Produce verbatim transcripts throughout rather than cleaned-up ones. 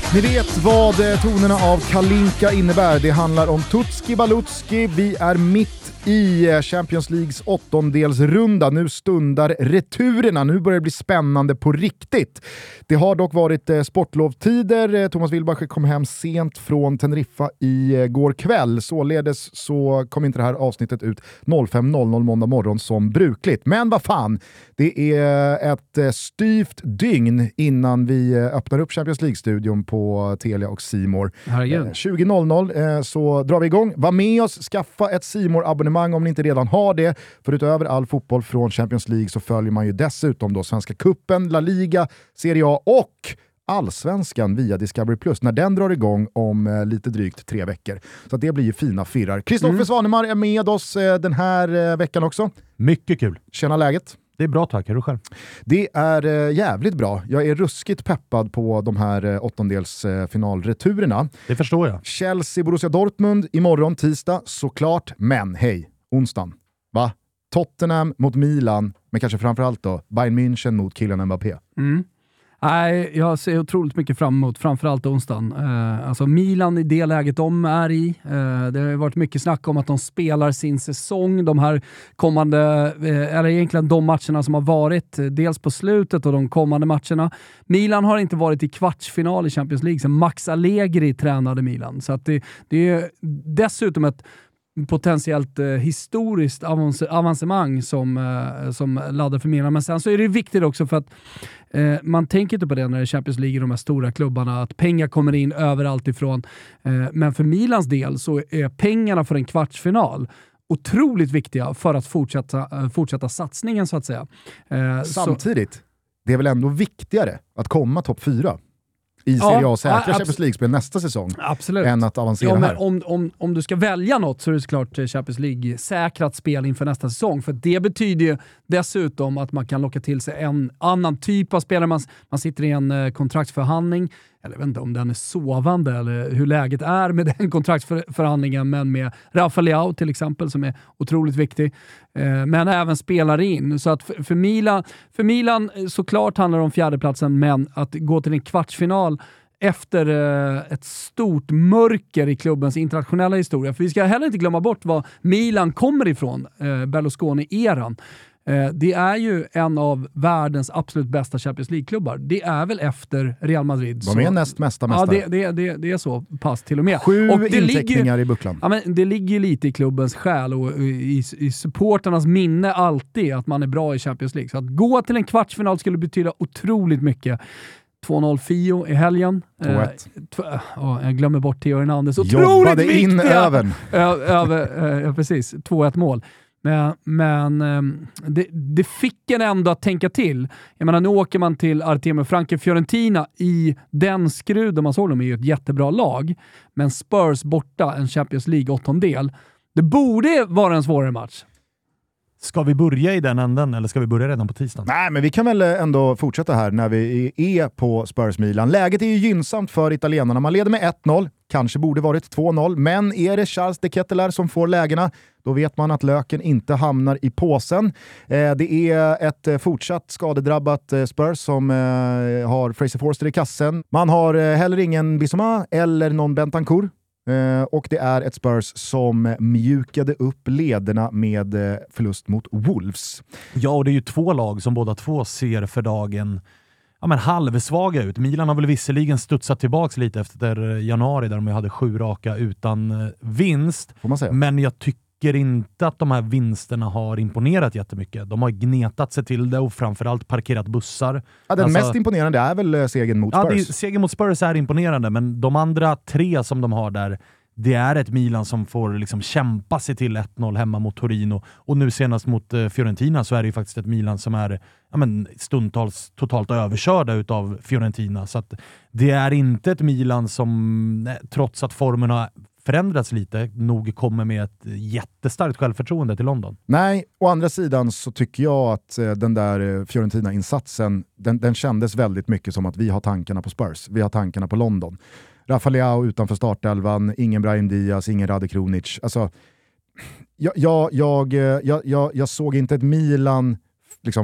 Ni vet vad tonerna av Kalinka innebär. Det handlar om Tutski Balutski. Vi är mitt i Champions Leagues åttondelsrunda. Nu stundar returerna. Nu börjar det bli spännande på riktigt. Det har dock varit eh, sportlovtider. Thomas Wilbacher kom hem sent från Teneriffa i eh, går kväll. Således så kom inte det här avsnittet ut fem noll noll måndag morgon som brukligt. Men vad fan, det är ett eh, styvt dygn innan vi eh, öppnar upp Champions League-studion på Telia och C More. Eh, tjugo noll noll eh, så drar vi igång. Var med oss, skaffa ett C More-abonnemang om ni inte redan har det. För utöver all fotboll från Champions League så följer man ju dessutom då Svenska Cupen, La Liga, Serie A och Allsvenskan via Discovery Plus när den drar igång om eh, lite drygt tre veckor. Så det blir ju fina firrar. Kristoffer mm. Svanemar är med oss eh, den här eh, veckan också. Mycket kul. Tjena läget. Det är bra, tack. Är du själv? Det är eh, jävligt bra. Jag är ruskigt peppad på de här eh, åttondelsfinalreturerna. Eh, det förstår jag. Chelsea, Borussia Dortmund imorgon tisdag såklart. Men hej, onsdagen. Va? Tottenham mot Milan, men kanske framförallt då Bayern München mot Kylian Mbappé. Mm. Nej, jag ser otroligt mycket fram emot, framförallt onsdagen. Eh, alltså Milan i det läget de är i. Eh, det har varit mycket snack om att de spelar sin säsong. De här kommande, eh, eller egentligen de matcherna som har varit, eh, dels på slutet och de kommande matcherna. Milan har inte varit i kvartsfinal i Champions League sen Max Allegri tränade Milan. Så att det, det är dessutom ett potentiellt eh, historiskt avans- avancemang som, eh, som laddar för Milan. Men sen så är det viktigt också för att eh, man tänker inte på det när det är Champions League i de här stora klubbarna, att pengar kommer in överallt ifrån. Eh, men för Milans del så är pengarna för en kvartsfinal otroligt viktiga för att fortsätta, eh, fortsätta satsningen så att säga. Eh, Samtidigt, så... det är väl ändå viktigare att komma topp fyra i Serie A och säkra ja, Champions League-spel nästa säsong. Absolut. Än att avancera ja, men här. Om, om, om du ska välja något så är det såklart Champions League-säkrat spel inför nästa säsong. För det betyder ju dessutom att man kan locka till sig en annan typ av spelare. Man, man sitter i en eh, kontraktsförhandling. Eller jag vet inte om den är sovande eller hur läget är med den kontraktsförhandlingen, men med Rafa Leao till exempel som är otroligt viktig. Eh, men även spelar in. Så att för, för, Milan, för Milan såklart handlar det om fjärdeplatsen, men att gå till en kvartsfinal efter eh, ett stort mörker i klubbens internationella historia. För vi ska heller inte glömma bort var Milan kommer ifrån, eh, Berlusconi-eran. Det är ju en av världens absolut bästa Champions League-klubbar. Det är väl efter Real Madrid. De är så, näst mesta mästare. Ja, det, det, det, det är så pass till och med. Sju och det inteckningar ligger, i bucklan. Ja, men det ligger lite i klubbens själ och i, i supporternas minne alltid att man är bra i Champions League. Så att gå till en kvartsfinal skulle betyda otroligt mycket. två noll Fio i helgen. två ett. Eh, tv- oh, jag glömmer bort Theo Hernandez. Otroligt Jobbade viktiga! in över. Ö- över eh, precis, två ett mål. Men, men det, det fick en ändå att tänka till. Jag menar, nu åker man till Artemio Franche Fiorentina i den skruden man såg. De är ju ett jättebra lag. Men Spurs borta, en Champions League åttondel. Det borde vara en svårare match. Ska vi börja i den änden eller ska vi börja redan på tisdagen? Nej, men vi kan väl ändå fortsätta här när vi är på Spurs-Milan. Läget är ju gynnsamt för italienarna. Man leder med ett noll. Kanske borde varit två noll. Men är det Charles de Ketelaere som får lägena, då vet man att löken inte hamnar i påsen. Eh, det är ett fortsatt skadedrabbat eh, Spurs som eh, har Fraser Forster i kassen. Man har eh, heller ingen Bissouma eller någon Bentancur. Uh, och det är ett Spurs som mjukade upp lederna med uh, förlust mot Wolves. Ja, och det är ju två lag som båda två ser för dagen ja, men halvsvaga ut. Milan har väl visserligen studsat tillbaks lite efter januari där de hade sju raka utan uh, vinst. Får man säga. Men jag tycker inte att de här vinsterna har imponerat jättemycket. De har gnetat sig till det och framförallt parkerat bussar. Ja, den alltså, mest imponerande är väl segern mot Spurs. Ja, det är, segern mot Spurs är imponerande, men de andra tre som de har där, det är ett Milan som får liksom kämpa sig till ett noll hemma mot Torino. Och nu senast mot eh, Fiorentina så är det ju faktiskt ett Milan som är ja, men, stundtals totalt överkörda utav Fiorentina. Så att det är inte ett Milan som, nej, trots att formen har förändrats lite, nog kommer med ett jättestarkt självförtroende till London. Nej, å andra sidan så tycker jag att eh, den där eh, Fiorentina-insatsen, den, den kändes väldigt mycket som att vi har tankarna på Spurs. Vi har tankarna på London. Rafa Leao utanför startelvan, ingen Brahim Diaz, ingen Rade Krunic. Alltså, jag, jag, jag, jag, jag, jag såg inte ett Milan liksom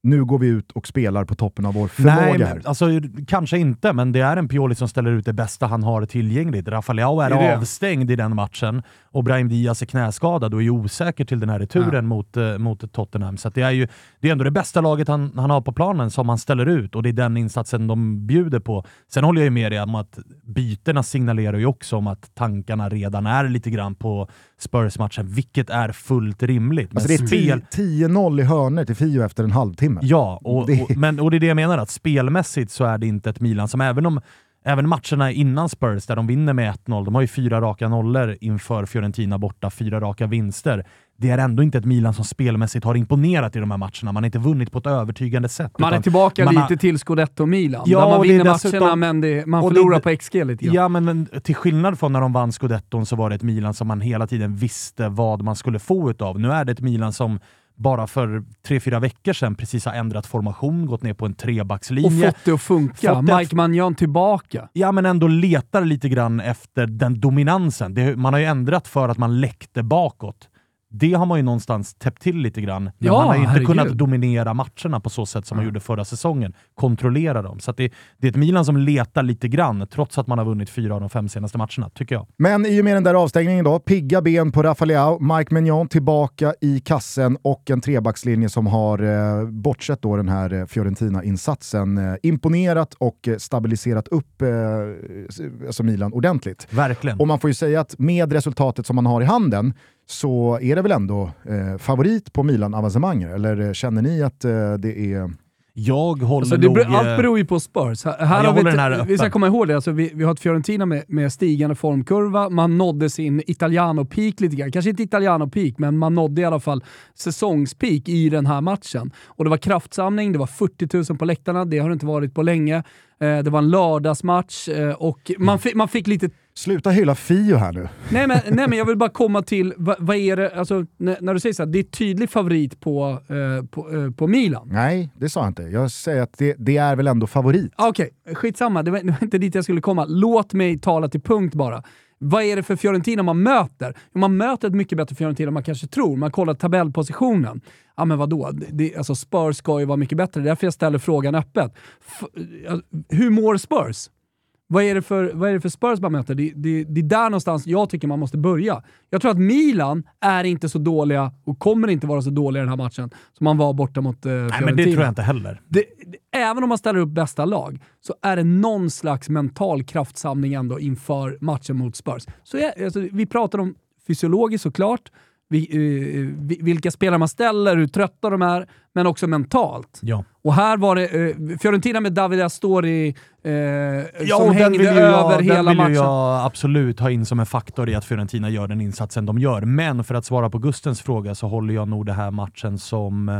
nu går vi ut och spelar på toppen av vår förmåga. Nej, här. men, alltså, kanske inte, men det är en Pioli som ställer ut det bästa han har tillgängligt. Rafa Leao är, är avstängd i den matchen och Brahim Diaz är knäskadad och är osäker till den här returen ja. mot, uh, mot Tottenham. Så det är ju det är ändå det bästa laget han, han har på planen som han ställer ut och det är den insatsen de bjuder på. Sen håller jag ju med dig om att byterna signalerar ju också om att tankarna redan är lite grann på Spurs-matchen, vilket är fullt rimligt. Men alltså det är spel... tio noll i hörner till Fio efter en halvtimme. Ja, och, det... och, men, och det är det jag menar, att spelmässigt så är det inte ett Milan som, även om även matcherna innan Spurs där de vinner med ett noll, de har ju fyra raka nollor inför Fiorentina borta, fyra raka vinster. Det är ändå inte ett Milan som spelmässigt har imponerat i de här matcherna. Man har inte vunnit på ett övertygande sätt. Man är tillbaka lite har... till Scudetto-Milan. Ja, där man vinner dessutom... matcherna men det, man förlorar det... på X G lite grann. Ja, men till skillnad från när de vann Scudetton så var det ett Milan som man hela tiden visste vad man skulle få utav. Nu är det ett Milan som bara för tre, fyra veckor sedan precis har ändrat formation, gått ner på en trebackslinje. Och fått det att funka. Fått Mike Maignan tillbaka. Ja, men ändå letar lite grann efter den dominansen. Det, man har ju ändrat för att man läckte bakåt. Det har man ju någonstans täppt till lite grann. Men ja, man har ju inte herregud. kunnat dominera matcherna på så sätt som man gjorde förra säsongen. Kontrollera dem. Så att det, det är ett Milan som letar lite grann, trots att man har vunnit fyra av de fem senaste matcherna, tycker jag. Men i och med den där avstängningen då, pigga ben på Rafa Leao, Mike Maignan tillbaka i kassen och en trebackslinje som har, eh, bortsett då den här eh, Fiorentina-insatsen, eh, imponerat och eh, stabiliserat upp eh, alltså Milan ordentligt. Verkligen. Och man får ju säga att med resultatet som man har i handen så är det väl ändå eh, favorit på Milan-avancemanget, eller känner ni att eh, det är... Jag håller alltså, det nog... Allt beror ju på Spurs. Här, här jag har vi, den här vi ska komma ihåg det, alltså, vi, vi har ett Fiorentina med, med stigande formkurva, man nådde sin Italiano-peak lite grann. Kanske inte Italiano-peak, men man nådde i alla fall säsongspeak i den här matchen. Och det var kraftsamling, det var fyrtio tusen på läktarna, det har det inte varit på länge. Eh, det var en lördagsmatch eh, och man, f- man fick lite... Sluta hylla Fio här nu. Nej men, nej men jag vill bara komma till, vad, vad är det, alltså n- när du säger så här, det är tydlig favorit på, eh, på, eh, på Milan. Nej, det sa jag inte. Jag säger att det, det är väl ändå favorit. Okej, okay, skitsamma. Det var, det var inte dit jag skulle komma. Låt mig tala till punkt bara. Vad är det för Fiorentina man möter? Jo, man möter ett mycket bättre Fiorentina än man kanske tror. Man kollar tabellpositionen. Ja men vadå? Det, alltså Spurs ska ju vara mycket bättre. Det är därför jag ställer frågan öppet. F- hur mår Spurs? Vad är det för, vad är det för Spurs man möter? Det, det, det är där någonstans jag tycker man måste börja. Jag tror att Milan är inte så dåliga och kommer inte vara så dåliga i den här matchen som man var borta mot eh, Fiorentina. Nej, men det tror jag inte heller. Det, det, även om man ställer upp bästa lag så är det någon slags mental kraftsamling ändå inför matchen mot Spurs. Så jag, alltså, vi pratar om fysiologiskt såklart. Vi, eh, vilka spelare man ställer, hur trötta de är, men också mentalt. Ja. Och här var det eh, Fiorentina med David Astori eh, ja, som hängde jag, över hela den vill matchen. Jag absolut ha in som en faktor i att Fiorentina gör den insatsen de gör. Men för att svara på Gustens fråga så håller jag nog det här matchen som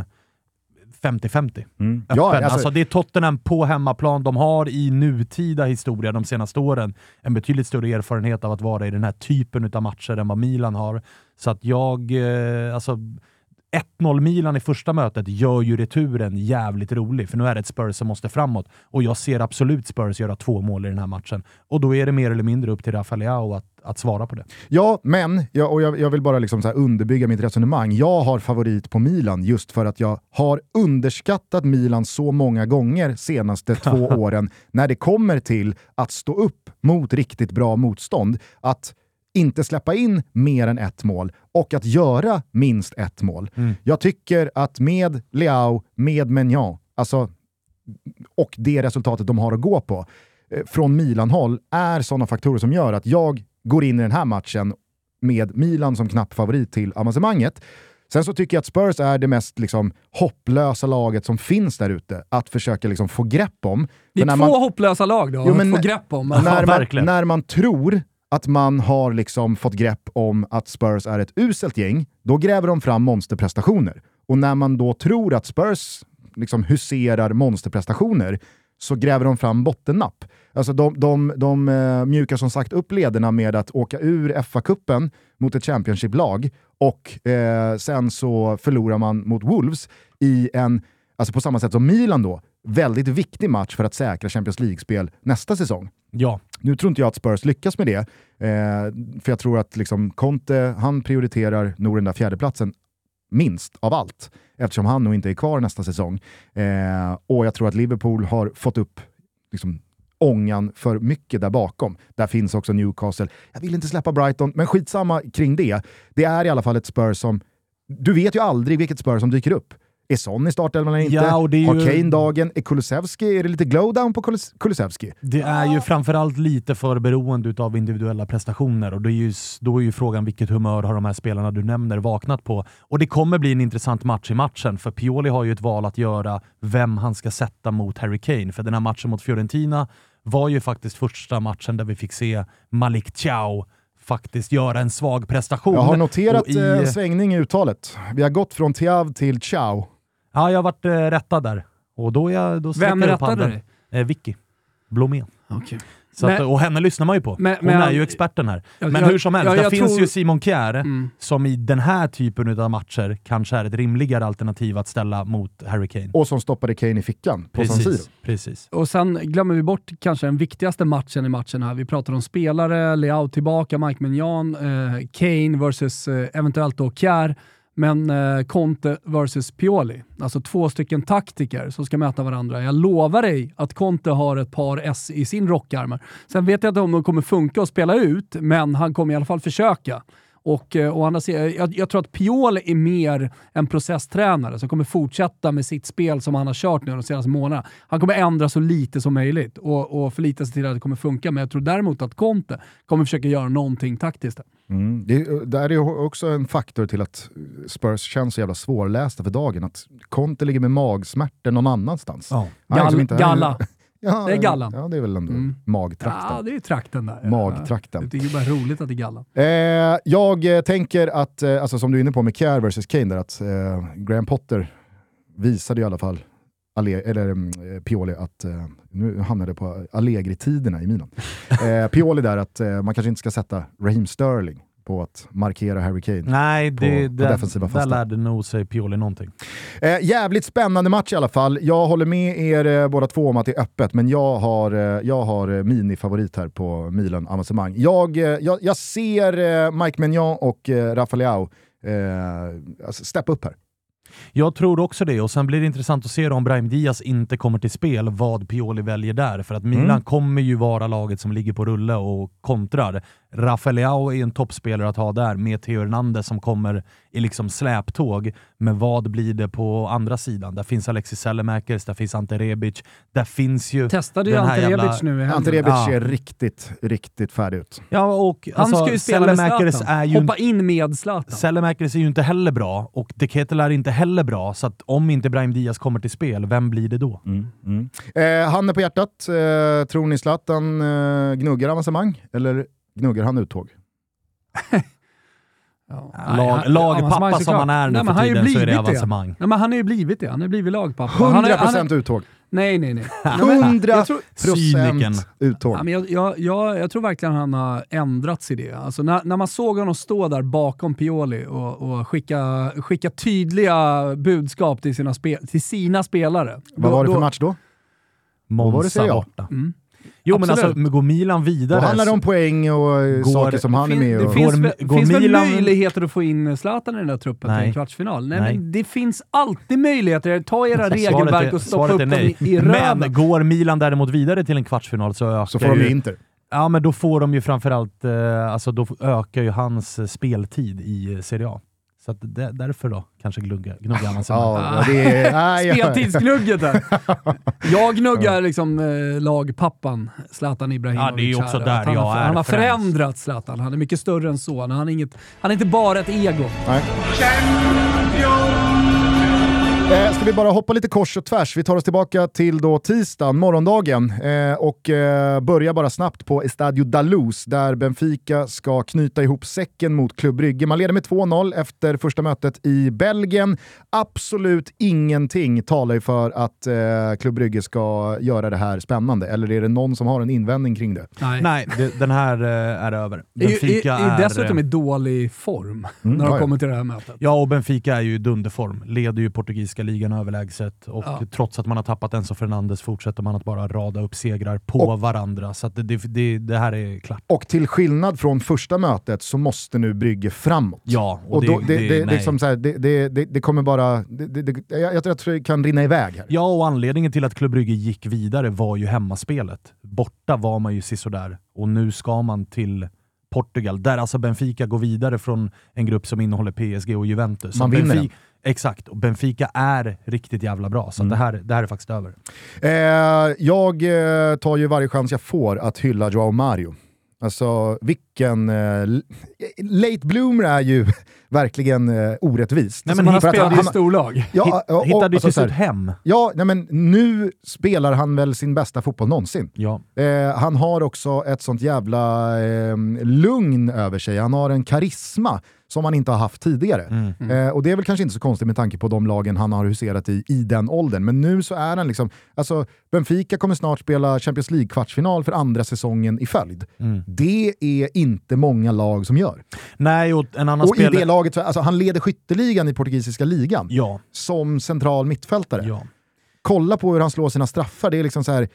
femtio femtio. Mm. Ja, alltså, alltså det är Tottenham på hemmaplan. De har i nutida historia de senaste åren en betydligt större erfarenhet av att vara i den här typen av matcher än vad Milan har. Så att jag, eh, alltså ett noll Milan i första mötet gör ju returen jävligt rolig, för nu är det ett Spurs som måste framåt. Och jag ser absolut Spurs göra två mål i den här matchen. Och då är det mer eller mindre upp till Rafa Leao att, att svara på det. Ja, men jag, och jag, jag vill bara liksom så här underbygga mitt resonemang. Jag har favorit på Milan just för att jag har underskattat Milan så många gånger senaste två åren när det kommer till att stå upp mot riktigt bra motstånd. Att inte släppa in mer än ett mål och att göra minst ett mål. Mm. Jag tycker att med Leao, med Maignan, alltså, och det resultatet de har att gå på eh, från Milan-håll är sådana faktorer som gör att jag går in i den här matchen med Milan som knapp favorit till avancemanget. Sen så tycker jag att Spurs är det mest liksom, hopplösa laget som finns där ute att försöka liksom, få grepp om. Det är två man, hopplösa lag då, jo, men, att få grepp om. När man, när man tror att man har liksom fått grepp om att Spurs är ett uselt gäng, då gräver de fram monsterprestationer. Och när man då tror att Spurs liksom huserar monsterprestationer så gräver de fram bottennapp. Alltså de, de, de, de mjukar som sagt upp lederna med att åka ur F A-cupen mot ett Championship-lag och eh, sen så förlorar man mot Wolves i en, alltså på samma sätt som Milan då, väldigt viktig match för att säkra Champions League-spel nästa säsong. Ja. Nu tror inte jag att Spurs lyckas med det. Eh, för jag tror att liksom Conte, han prioriterar nog den där fjärdeplatsen minst av allt, eftersom han nog inte är kvar nästa säsong. Eh, och jag tror att Liverpool har fått upp liksom ångan för mycket där bakom. Där finns också Newcastle. Jag vill inte släppa Brighton, men skitsamma kring det. Det är i alla fall ett Spurs som... Du vet ju aldrig vilket Spurs som dyker upp. Är Son i startelvan eller inte? Ja, och det är ju... Har Kane dagen? Är Kulusevski? Är det lite glowdown på Kulus- Kulusevski? Det är ju framförallt lite för beroende av individuella prestationer och då är, ju, då är ju frågan vilket humör har de här spelarna du nämner vaknat på. Och det kommer bli en intressant match i matchen, för Pioli har ju ett val att göra vem han ska sätta mot Harry Kane. För den här matchen mot Fiorentina var ju faktiskt första matchen där vi fick se Malik Thiaw faktiskt göra en svag prestation. Jag har noterat i... en svängning i uttalet. Vi har gått från Thiaw till Thiaw. Ja, jag har varit äh, rättad där. Och då, jag, då Vem rättade dig? Eh, Vicky Blomén. Okay. Så att, och henne lyssnar man ju på. Men, Hon men, är ju experten här. Jag, men jag, hur som helst, jag, där jag finns tror... ju Simon Kjär mm. som i den här typen av matcher kanske är ett rimligare alternativ att ställa mot Harry Kane. Och som stoppade Kane i fickan på San Siro. Precis. Och sen glömmer vi bort kanske den viktigaste matchen i matchen här. Vi pratar om spelare, Leao tillbaka, Mike Maignan, eh, Kane versus eh, eventuellt då Kjär. Men eh, Conte versus Pioli. Alltså två stycken taktiker som ska möta varandra. Jag lovar dig att Conte har ett par S i sin rockärmar. Sen vet jag inte om de kommer funka och spela ut, men han kommer i alla fall försöka. Och, och andra sidan, jag, jag tror att Pioli är mer en processtränare som kommer fortsätta med sitt spel som han har kört nu de senaste månaderna. Han kommer ändra så lite som möjligt och, och förlita sig till att det kommer funka. Men jag tror däremot att Conte kommer försöka göra någonting taktiskt. Mm. Det, det är ju också en faktor till att Spurs känns så jävla svårlästa för dagen. Att Conte ligger med magsmärtor någon annanstans. Ja. Gall, inte, galla. Ja, det är gallan. Ja, det är väl ändå mm. magtrakten. Ja, det är trakten där. Magtrakten. Det är bara roligt att det är gallan. Eh, jag eh, tänker att, eh, alltså som du är inne på med Kjær versus Kane där, att eh, Graham Potter visade i alla fall Ale- eller eh, Pioli att, eh, nu hamnade det på Allegri-tiderna i Milan. Eh, Pioli där att eh, man kanske inte ska sätta Raheem Sterling på att markera Harry Kane. Nej, det, på, på där, defensiva fasta. Där lärde nog sig Pioli någonting. Eh, jävligt spännande match i alla fall. Jag håller med er eh, båda två om att det är öppet, men jag har, eh, jag har eh, mini-favorit här på Milan-avancemang. Jag, eh, jag, jag ser eh, Mike Maignan och eh, Rafa Leao eh, alltså steppa upp här. Jag tror också det, och sen blir det intressant att se om Brahim Diaz inte kommer till spel, vad Pioli väljer där. För att Milan mm. kommer ju vara laget som ligger på rulle och kontrar. Rafael Leao är en toppspelare att ha där, med Theo Hernandez som kommer i liksom släptåg. Men vad blir det på andra sidan? Där finns Alexis Selemakers, där finns Ante Rebic, där finns ju... Testade ju Ante jävla... Rebic nu i Ante Rebic ja. ser riktigt, riktigt färdig ut. Ja, och han alltså, ska ju spela med Zlatan. Är ju... Hoppa in med Zlatan. Selemakers är ju inte heller bra, och De Kettel är inte heller bra, så att om inte Brahim Diaz kommer till spel, vem blir det då? Mm. Mm. Eh, han är på hjärtat. Eh, tror ni Zlatan eh, gnuggar avancemang? Eller gnuggar han uttåg? Ja. Lag, lagpappa som han är nu nej, för tiden så är det avancemang. Det. Nej, men han har ju blivit det. Han har blivit lagpappa. hundra procent uttåg. Nej, nej, nej. hundra procent uttåg. Ja, men jag, jag, jag, jag tror verkligen han har ändrats i det. Alltså när, när man såg honom stå där bakom Pioli och, och skicka, skicka tydliga budskap till sina, spe, till sina spelare. Vad då, var det för då, match då? Monza borta. Mm. Jo, absolut. men alltså går Milan vidare... Då handlar det om poäng och går, saker som han fin, är med och... Det finns, går, går finns Milan... väl möjligheter att få in Zlatan i den där truppen nej. till en kvartsfinal? Nej, nej, men det finns alltid möjligheter. Ta era regelverk och stoppa upp dem i, i röven. Men går Milan däremot vidare till en kvartsfinal så ökar så får de ju Inter. Ja, men då får de ju framförallt... Eh, alltså då ökar ju hans speltid i Serie A. Så att det, därför då, kanske glugga, gnugga man sig. Ja, det är... Speltidsglugget där. Jag gnuggar liksom eh, lagpappan Zlatan Ibrahimovic. Ja, det är ju också där han jag har, är. Han har förändrat Zlatan. Han är mycket större än så. Han, är inget, han är inte bara ett ego. Nej. Eh, ska vi bara hoppa lite kors och tvärs. Vi tar oss tillbaka till då tisdagen, morgondagen eh, och eh, börjar bara snabbt på Estadio da Luz där Benfica ska knyta ihop säcken mot Club Brygge. Man leder med två noll efter första mötet i Belgien. Absolut ingenting talar ju för att eh, Club Brygge ska göra det här spännande. Eller är det någon som har en invändning kring det? Nej, Nej det, den här eh, är över. Benfica är, är, är dessutom i dålig form mm, när de ja, kommer till det här mötet. Ja, och Benfica är ju i dunderform. Leder ju portugis portugisiska ligan överlägset och Ja. trots att man har tappat Enzo Fernandes fortsätter man att bara rada upp segrar på och, varandra. Så att det, det, det, det här är klart. Och till skillnad från första mötet så måste nu Brygge framåt. Ja, och, och det, då, det, det, det, nej. liksom så här, det, det, det, det kommer bara... Det, det, det, jag, jag tror att det kan rinna iväg här. Ja, och anledningen till att Club Brygge gick vidare var ju hemmaspelet. Borta var man ju sisådär och nu ska man till Portugal, där alltså Benfica går vidare från en grupp som innehåller P S G och Juventus. Man vinner Benfica, exakt, och Benfica är riktigt jävla bra, så Mm. det, här, det här är faktiskt över. Eh, jag eh, tar ju varje chans jag får att hylla Joao Mario. Alltså vilken... Eh, late bloomer är ju verkligen eh, orättvist. Nej, men han För att spelade i storlag. Ja, och, och, Hittade ju alltså, till så här, slut hem. Ja, nej, men nu spelar han väl sin bästa fotboll någonsin. Ja. Eh, han har också ett sånt jävla eh, lugn över sig. Han har en karisma som han inte har haft tidigare. Mm. Eh, och det är väl kanske inte så konstigt med tanke på de lagen han har huserat i i den åldern. Men nu så är han liksom... Alltså, Benfica kommer snart spela Champions League-kvartsfinal för andra säsongen i följd. Mm. Det är inte många lag som gör. Nej, och en annan Och spelare... i det laget, alltså, han leder skytteligan i portugisiska ligan. Ja. Som central mittfältare. Ja. Kolla på hur han slår sina straffar. Det är liksom så här...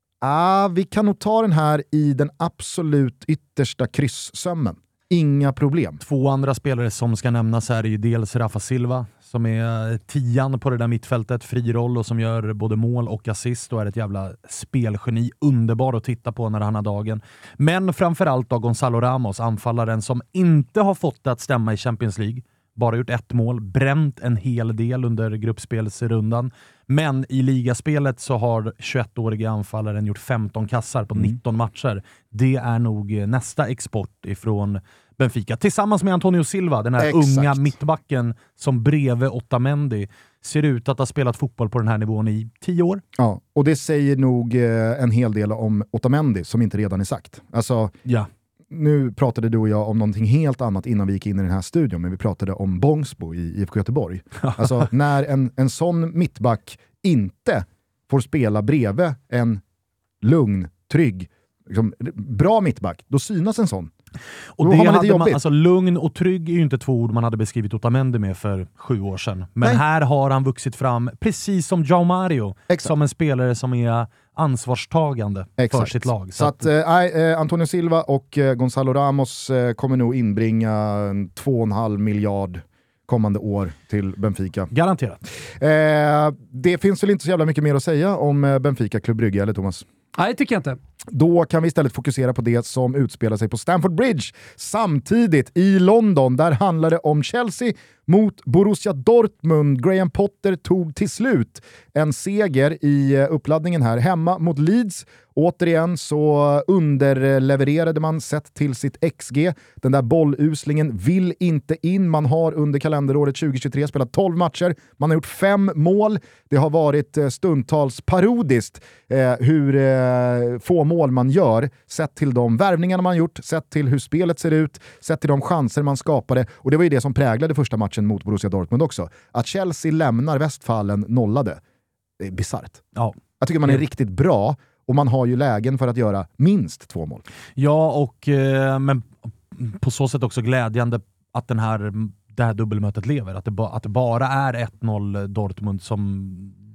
Ah, vi kan nog ta den här i den absolut yttersta kryssömmen. Inga problem. Två andra spelare som ska nämnas här är ju dels Rafa Silva som är tian på det där mittfältet, fri roll och som gör både mål och assist och är ett jävla spelgeni. Underbar att titta på när han har dagen. Men framförallt då Gonzalo Ramos, anfallaren som inte har fått det att stämma i Champions League. Bara gjort ett mål, bränt en hel del under gruppspelsrundan. Men i ligaspelet så har tjugoettåriga anfallaren gjort femton kassar på mm. nitton matcher. Det är nog nästa export ifrån Benfica. Tillsammans med Antonio Silva, den här Exakt. unga mittbacken som bredvid Otamendi ser ut att ha spelat fotboll på den här nivån i tio år. Ja, och det säger nog eh, en hel del om Otamendi som inte redan är sagt. Alltså, ja. Nu pratade du och jag om någonting helt annat innan vi gick in i den här studion, men vi pratade om Bångsbo i I F K Göteborg. Alltså när en, en sån mittback inte får spela bredvid en lugn, trygg, liksom, bra mittback, då synas en sån. Och det hade man, alltså, lugn och trygg är ju inte två ord man hade beskrivit Otamendi med för sju år sedan. Men Nej. här har han vuxit fram, precis som Joao Mario, Exakt. som en spelare som är ansvarstagande Exakt. för sitt lag. Så, så att, äh, Antonio Silva och äh, Gonzalo Ramos äh, kommer nog inbringa två och en halv miljard kommande år till Benfica. Garanterat. Eh, det finns väl inte så jävla mycket mer att säga om eh, Benfica Club Brygge, eller Thomas? Nej, tycker jag inte. Då kan vi istället fokusera på det som utspelar sig på Stamford Bridge samtidigt i London. Där handlar det om Chelsea mot Borussia Dortmund. Graham Potter tog till slut en seger i uppladdningen här hemma mot Leeds. Återigen så underlevererade man sett till sitt X G. Den där bolluslingen vill inte in. Man har under kalenderåret tjugohundratjugotre spelat tolv matcher. Man har gjort fem mål. Det har varit stundtals parodiskt eh, hur eh, få mål man gör. Sett till de värvningarna man gjort, sett till hur spelet ser ut, sett till de chanser man skapade. Och det var ju det som präglade första matchen mot Borussia Dortmund också. Att Chelsea lämnar Västfallen nollade. Det är bisarrt. Ja. Jag tycker man är riktigt bra. Och man har ju lägen för att göra minst två mål. Ja, och eh, men på så sätt också glädjande att den här, det här dubbelmötet lever. Att det, ba, att det bara är ett noll Dortmund som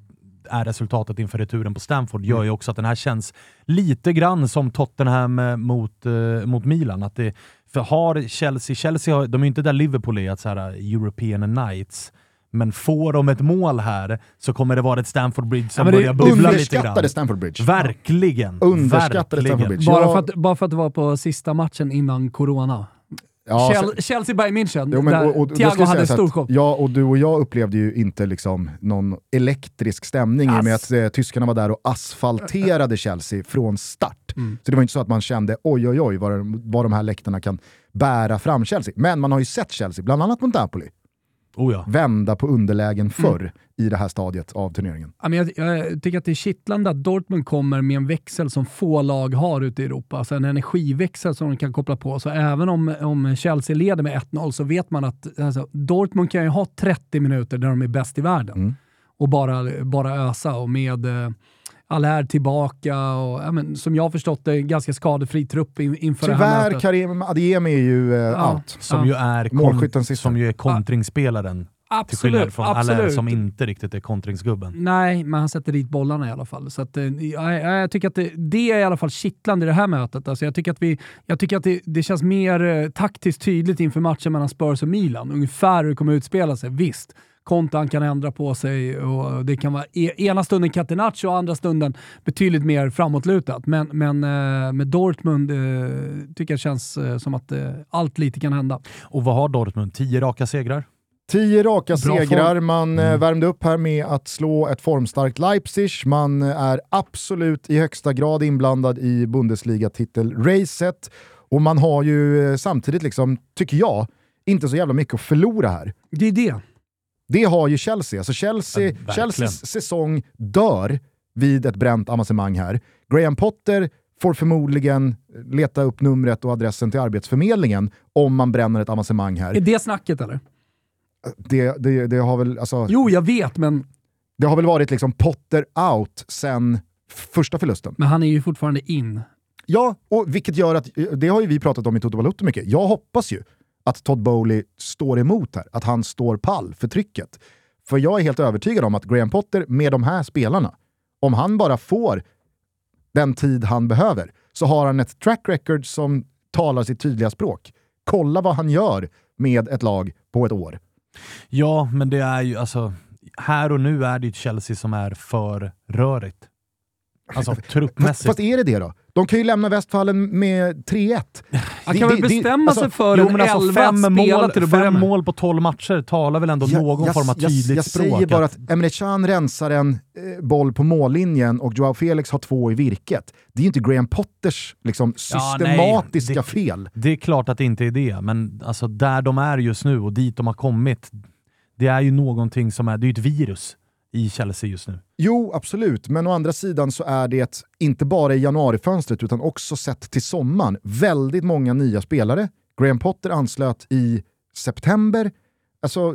är resultatet inför returen på Stamford gör ju också att den här känns lite grann som Tottenham mot, eh, mot Milan. Att det, för har Chelsea, Chelsea har, de är ju inte där Liverpool är, att så här European Nights. Men får de ett mål här så kommer det vara ett Stamford Bridge som ja, börjar bubbla lite grann. Underskattade Stamford Bridge. Verkligen. Underskattade Verkligen. Stamford Bridge. Bara, Ja. för att, bara för att det var på sista matchen innan corona. Ja, Chel- så, Chelsea Bayern München, jo, men, där och, och, Thiago hade en stor stor show. Ja, och du och jag upplevde ju inte liksom någon elektrisk stämning i och med att eh, tyskarna var där och asfalterade Chelsea från start. Mm. Så det var inte så att man kände oj oj oj vad, vad de här läktarna kan bära fram Chelsea. Men man har ju sett Chelsea, bland annat mot Napoli. Oh ja. Vända på underlägen förr mm. i det här stadiet av turneringen. Ja, men jag, jag tycker att det är kittlande att Dortmund kommer med en växel som få lag har ute i Europa. Alltså en energiväxel som de kan koppla på. Så även om, om Chelsea leder med ett noll så vet man att alltså, Dortmund kan ju ha trettio minuter där de är bäst i världen. Mm. Och bara, bara ösa och med eh, Allaire tillbaka och ja, men, som jag har förstått det, ganska skadefri trupp in, inför Tyvärr, det här mötet. Karim Adeyemi är ju eh, ja. out. Som, ja. ju är Målskytten kont- som ju är kontringsspelaren. Absolut, till skillnad från absolut. alla som inte riktigt är kontringsgubben. Nej, men han sätter dit bollarna i alla fall. Så att, jag, jag tycker att det, det är i alla fall kittlande i det här mötet. Alltså jag tycker att, vi, jag tycker att det, det känns mer eh, taktiskt tydligt inför matchen mellan Spurs och Milan. Ungefär hur det kommer utspela sig. Visst, Kontan kan ändra på sig och det kan vara e- ena stunden Catenaccio och andra stunden betydligt mer framåtlutat. Men, men eh, med Dortmund eh, tycker jag känns eh, som att eh, allt lite kan hända. Och vad har Dortmund? Tio raka segrar? Tio raka Bra segrar, form. man mm. värmde upp här med att slå ett formstarkt Leipzig, man är absolut i högsta grad inblandad i Bundesliga-titel-racet och man har ju samtidigt, liksom, tycker jag, inte så jävla mycket att förlora här. Det är det. Det har ju Chelsea. Alltså Chelsea ja, Chelseas säsong dör vid ett bränt avancemang här. Graham Potter får förmodligen leta upp numret och adressen till Arbetsförmedlingen om man bränner ett avancemang här. Är det snacket eller? Det, det, det har väl alltså, Jo, jag vet, men... Det har väl varit liksom Potter out sen första förlusten. Men han är ju fortfarande in. Ja, och vilket gör att, det har ju vi pratat om i Toto Balotto mycket. Jag hoppas ju att Todd Bowley står emot här. Att han står pall för trycket. För jag är helt övertygad om att Graham Potter med de här spelarna, om han bara får den tid han behöver, så har han ett track record som talar sitt tydliga språk. Kolla vad han gör med ett lag på ett år. Ja, men det är ju alltså, här och nu är det ju Chelsea som är för rörigt. Alltså truppmässigt. Fast, fast är det det då? De kan ju lämna Westfallen med tre ett. Han kan väl bestämma sig för en elva alltså fem att mål, spela till att börja fem med. mål på tolv matcher talar väl ändå Jag- någon jag- form av jag- tydligt jag språk. säger bara att Emre Can rensar en eh, boll på mållinjen och Joao Felix har två i virket. Det är ju inte Graham Potters liksom, Ja, systematiska nej, det- fel. Det är klart att det inte är det, men alltså där de är just nu och dit de har kommit, det är ju någonting som är, det är ju ett virus i Chelsea just nu. Jo, absolut. Men å andra sidan så är det inte bara i januarifönstret utan också sett till sommaren. Väldigt många nya spelare. Graham Potter anslöt i september. Alltså,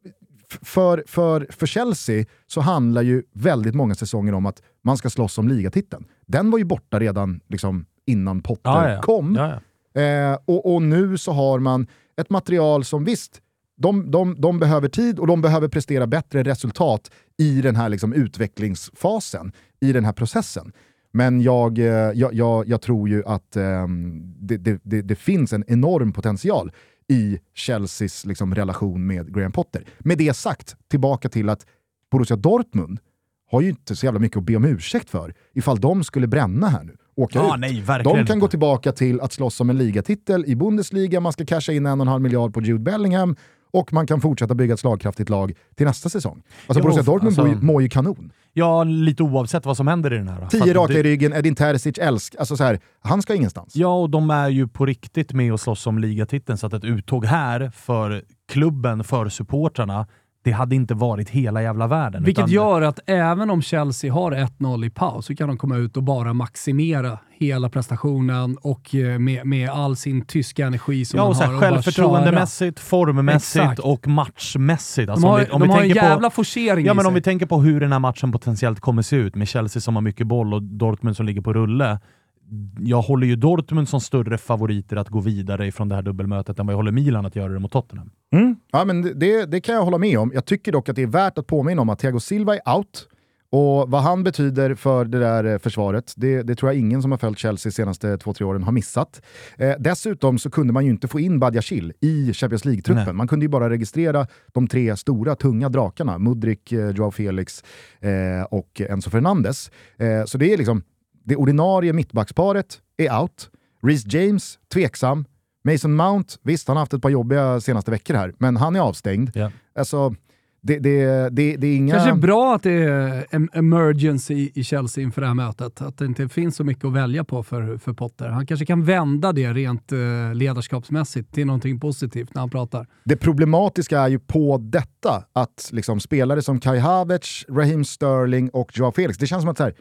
f- för, för, för Chelsea så handlar ju väldigt många säsonger om att man ska slåss om ligatiteln. Den var ju borta redan liksom, innan Potter Ja, ja. kom. Ja, ja. Eh, och, och nu så har man ett material som visst, de, de, de behöver tid och de behöver prestera bättre resultat i den här liksom, utvecklingsfasen, i den här processen. Men jag, eh, jag, jag, jag tror ju att eh, det, det, det, det finns en enorm potential i Chelseas liksom, relation med Graham Potter. Med det sagt, tillbaka till att Borussia Dortmund har ju inte så jävla mycket att be om ursäkt för ifall de skulle bränna här nu. Åka Ja, ut. nej, verkligen De kan inte. gå tillbaka till att slåss om en ligatitel i Bundesliga, man ska casha in en och en halv miljard på Jude Bellingham och man kan fortsätta bygga ett slagkraftigt lag till nästa säsong. Alltså Jo, Borussia Dortmund alltså- mår, ju, mår ju kanon. Ja, lite oavsett vad som händer i den här. För Tio att raka det- i ryggen, Edin Terzic älsk, alltså så här, han ska ingenstans. Ja, och de är ju på riktigt med att slåss om ligatiteln, så att ett uttåg här för klubben, för supportrarna, det hade inte varit hela jävla världen. Vilket utan- gör att även om Chelsea har ett noll i paus så kan de komma ut och bara maximera hela prestationen och eh, med, med all sin tyska energi som Ja, de och så har. här, och bara självförtroendemässigt, formmässigt Exakt. och matchmässigt. köra. Alltså, De har, om vi, om de vi har en tänker jävla på, forcering ja, i men om sig. vi tänker på hur den här matchen potentiellt kommer se ut med Chelsea som har mycket boll och Dortmund som ligger på rulle. Jag håller ju Dortmund som större favoriter att gå vidare ifrån det här dubbelmötet än vad jag håller Milan att göra det mot Tottenham. Mm. Ja, men det, det kan jag hålla med om. Jag tycker dock att det är värt att påminna om att Thiago Silva är out. Och vad han betyder för det där försvaret, det, det tror jag ingen som har följt Chelsea de senaste två, tre åren har missat. Eh, dessutom så kunde man ju inte få in Badiashile i Champions League-truppen. Nej. Man kunde ju bara registrera de tre stora, tunga drakarna. Mudryk, eh, Joao Felix eh, och Enzo Fernandes. Eh, så det är liksom, det ordinarie mittbacksparet är out. Reece James, tveksam. Mason Mount, visst han har haft ett par jobbiga senaste veckor här, men han är avstängd. Ja. Alltså, det, det, det, det är inga... Kanske bra att det är en emergency i Chelsea inför det här mötet. Att det inte finns så mycket att välja på för, för Potter. Han kanske kan vända det rent eh, ledarskapsmässigt till någonting positivt när han pratar. Det problematiska är ju på detta att liksom spelare som Kai Havertz, Raheem Sterling och Joao Felix, det känns som att så här,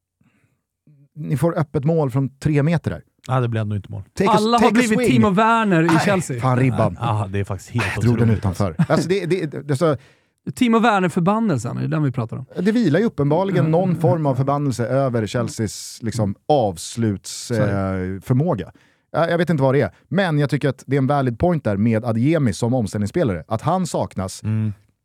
ni får öppet mål från tre meter där. Ja, det blir ändå inte mål. Take a- Alla take har a blivit swing. Timo Werner i Nej, Chelsea. Fan ribban. Ja, det är faktiskt helt Jag drog den otroligt. utanför. Alltså det, det, det, det, så, Timo Werner-förbannelsen, är det den vi pratar om? det vilar ju uppenbarligen någon form av förbannelse över Chelseas liksom, avslutsförmåga. Eh, jag vet inte vad det är, men jag tycker att det är en valid point där med Adeyemi som omställningsspelare. Att han saknas, Mm.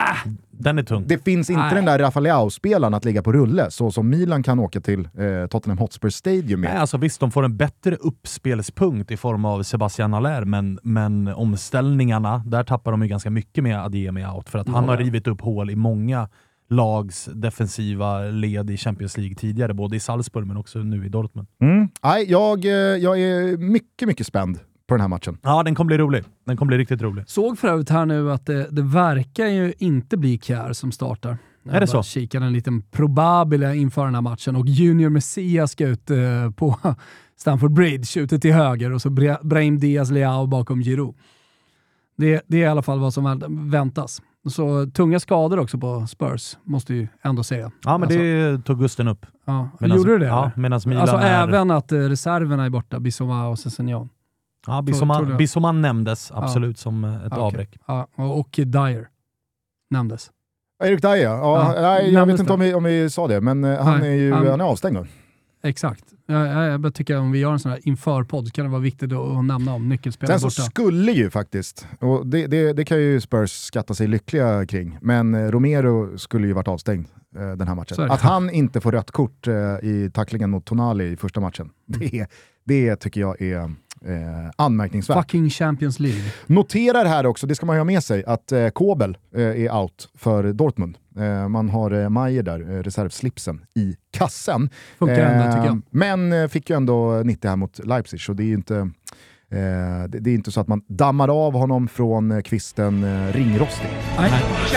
Äh, den är tung. Det finns inte Nej. den där Rafa Leao-spelaren att ligga på rulle, så som Milan kan åka till eh, Tottenham Hotspur Stadium med. Nej, alltså visst, de får en bättre uppspelspunkt i form av Sebastian Haller, men, men omställningarna, där tappar de ju ganska mycket med Adeyemi out, för att han Ja, har det. rivit upp hål i många lags defensiva led i Champions League tidigare, både i Salzburg men också nu i Dortmund. Mm. Nej, jag, eh, jag är mycket, mycket spänd på den här matchen. Ja, den kommer bli rolig. Den kommer bli riktigt rolig. Såg för övrigt här nu att det, det verkar ju inte bli Kjär som startar. Jag Är det så? Kikade en liten probabile inför den här matchen och Junior Messias ska ut eh, på Stamford Bridge ute till höger och så Bra- Brahim Diaz Leao bakom Giroud. Det, det är i alla fall vad som väntas. Så tunga skador också på Spurs, måste ju ändå säga. Ja, men alltså, det tog Gusten upp. ja. Medans, Gjorde du det? Ja, medan Milan alltså är... även att eh, reserverna är borta, Bissouma och Sessegnon. Ja, Bissouma, Bissouma nämndes absolut ja. som ett okay. avbräck. Ja, och, och Dyer nämndes. Erik Dyer, ja, Ja, nej, jag vet inte det. om vi, om vi sa det, men eh, han, Nej, är ju, han- han är avstängd nu. Exakt. Jag, jag, jag tycker att om vi gör en sån här införpodd så kan det vara viktigt att, att nämna om nyckelspelare Sen så borta. skulle ju faktiskt, och det, det, det kan ju Spurs skatta sig lyckliga kring, men eh, Romero skulle ju varit avstängd eh, den här Så är matchen. det. Att han inte får rött kort eh, i tacklingen mot Tonali i första matchen, det, det tycker jag är eh, anmärkningsvärt. Fucking Champions League. Noterar här också, det ska man ju ha med sig, att eh, Kobel eh, är out för Dortmund. Eh, man har eh, Maier där, eh, reservslipsen, i kassen. Funkar ändå tycker jag. Men eh, fick ju ändå nittio här mot Leipzig, så det är ju inte, eh, det, det är inte så att man dammar av honom från eh, kvisten eh, ringrostig. Nej.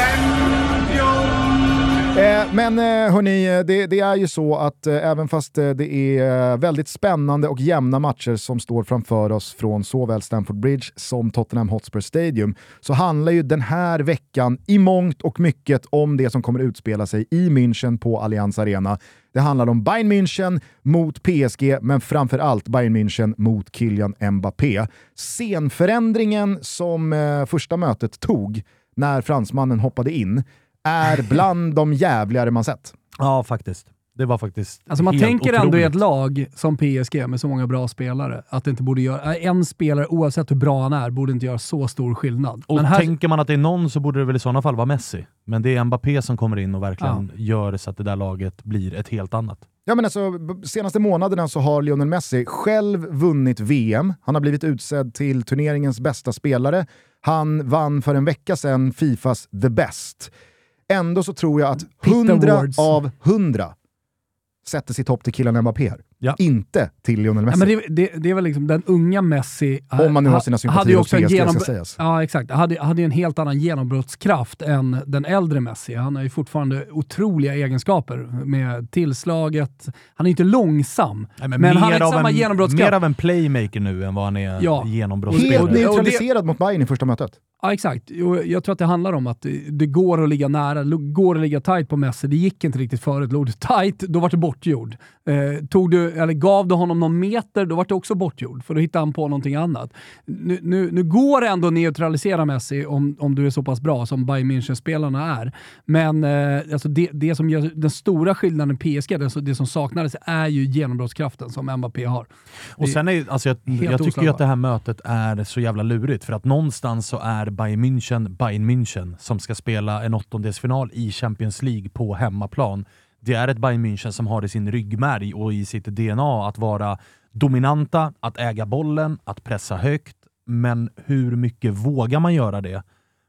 Eh, men eh, hörni, det, det är ju så att eh, även fast eh, det är eh, väldigt spännande och jämna matcher som står framför oss från såväl Stamford Bridge som Tottenham Hotspur Stadium, så handlar ju den här veckan i mångt och mycket om det som kommer utspela sig i München på Allianz Arena. Det handlar om Bayern München mot P S G, men framförallt Bayern München mot Kylian Mbappé. Scenförändringen som eh, första mötet tog när fransmannen hoppade in är bland de jävligare man sett. Ja, faktiskt. Det var faktiskt Alltså man helt tänker otroligt. ändå i ett lag som P S G med så många bra spelare att det inte borde göra, en spelare oavsett hur bra han är borde inte göra så stor skillnad. Och Men här, tänker man att det är någon så borde det väl i sådana fall vara Messi. Men det är Mbappé som kommer in och verkligen gör så att det där laget blir ett helt annat. Ja, men alltså, b- senaste månaderna så har Lionel Messi själv vunnit V M. Han har blivit utsedd till turneringens bästa spelare. Han vann för en vecka sedan Fifas The Best. Ändå så tror jag att hundra Awards. av hundra sätter sitt hopp till killen Mbappé här. Ja. Inte till Lionel Messi. ja, men det, det, det är väl liksom den unga Messi. Om man nu har sina sympatier hade ju hos också en P S G, ska genombr- sägas. Ja, exakt. Hade, hade ju en helt annan genombrottskraft än den äldre Messi. Han har ju fortfarande otroliga egenskaper med tillslaget. Han är inte långsam, Nej, men, han har mer inte av samma en, genombrottskraft. mer av en playmaker nu än vad han är Ja. genombrottsspelare. Helt Och det- neutraliserad mot Bayern i första mötet. Ja, exakt. Och jag tror att det handlar om att det- det går att ligga nära, det går att ligga tight på Messi. Det gick inte riktigt förut. Låg du tight, då var det bortgjord. Eh, tog du, eller gav du honom någon meter, då var det också bortgjord. För då hittade han på någonting annat. Nu, nu, nu går det ändå att neutralisera Messi om, om du är så pass bra som Bayern München-spelarna är. Men eh, alltså det, det som gör den stora skillnaden i P S G, det, det som saknades, är ju genombrottskraften som Mbappé har. Och sen är, alltså jag, Helt jag tycker ju oslagbart. att det här mötet är så jävla lurigt, för att någonstans så är Bayern München Bayern München som ska spela en åttondelsfinal i Champions League på hemmaplan. Det är ett Bayern München som har i sin ryggmärg och i sitt D N A att vara dominanta, att äga bollen, att pressa högt. Men hur mycket vågar man göra det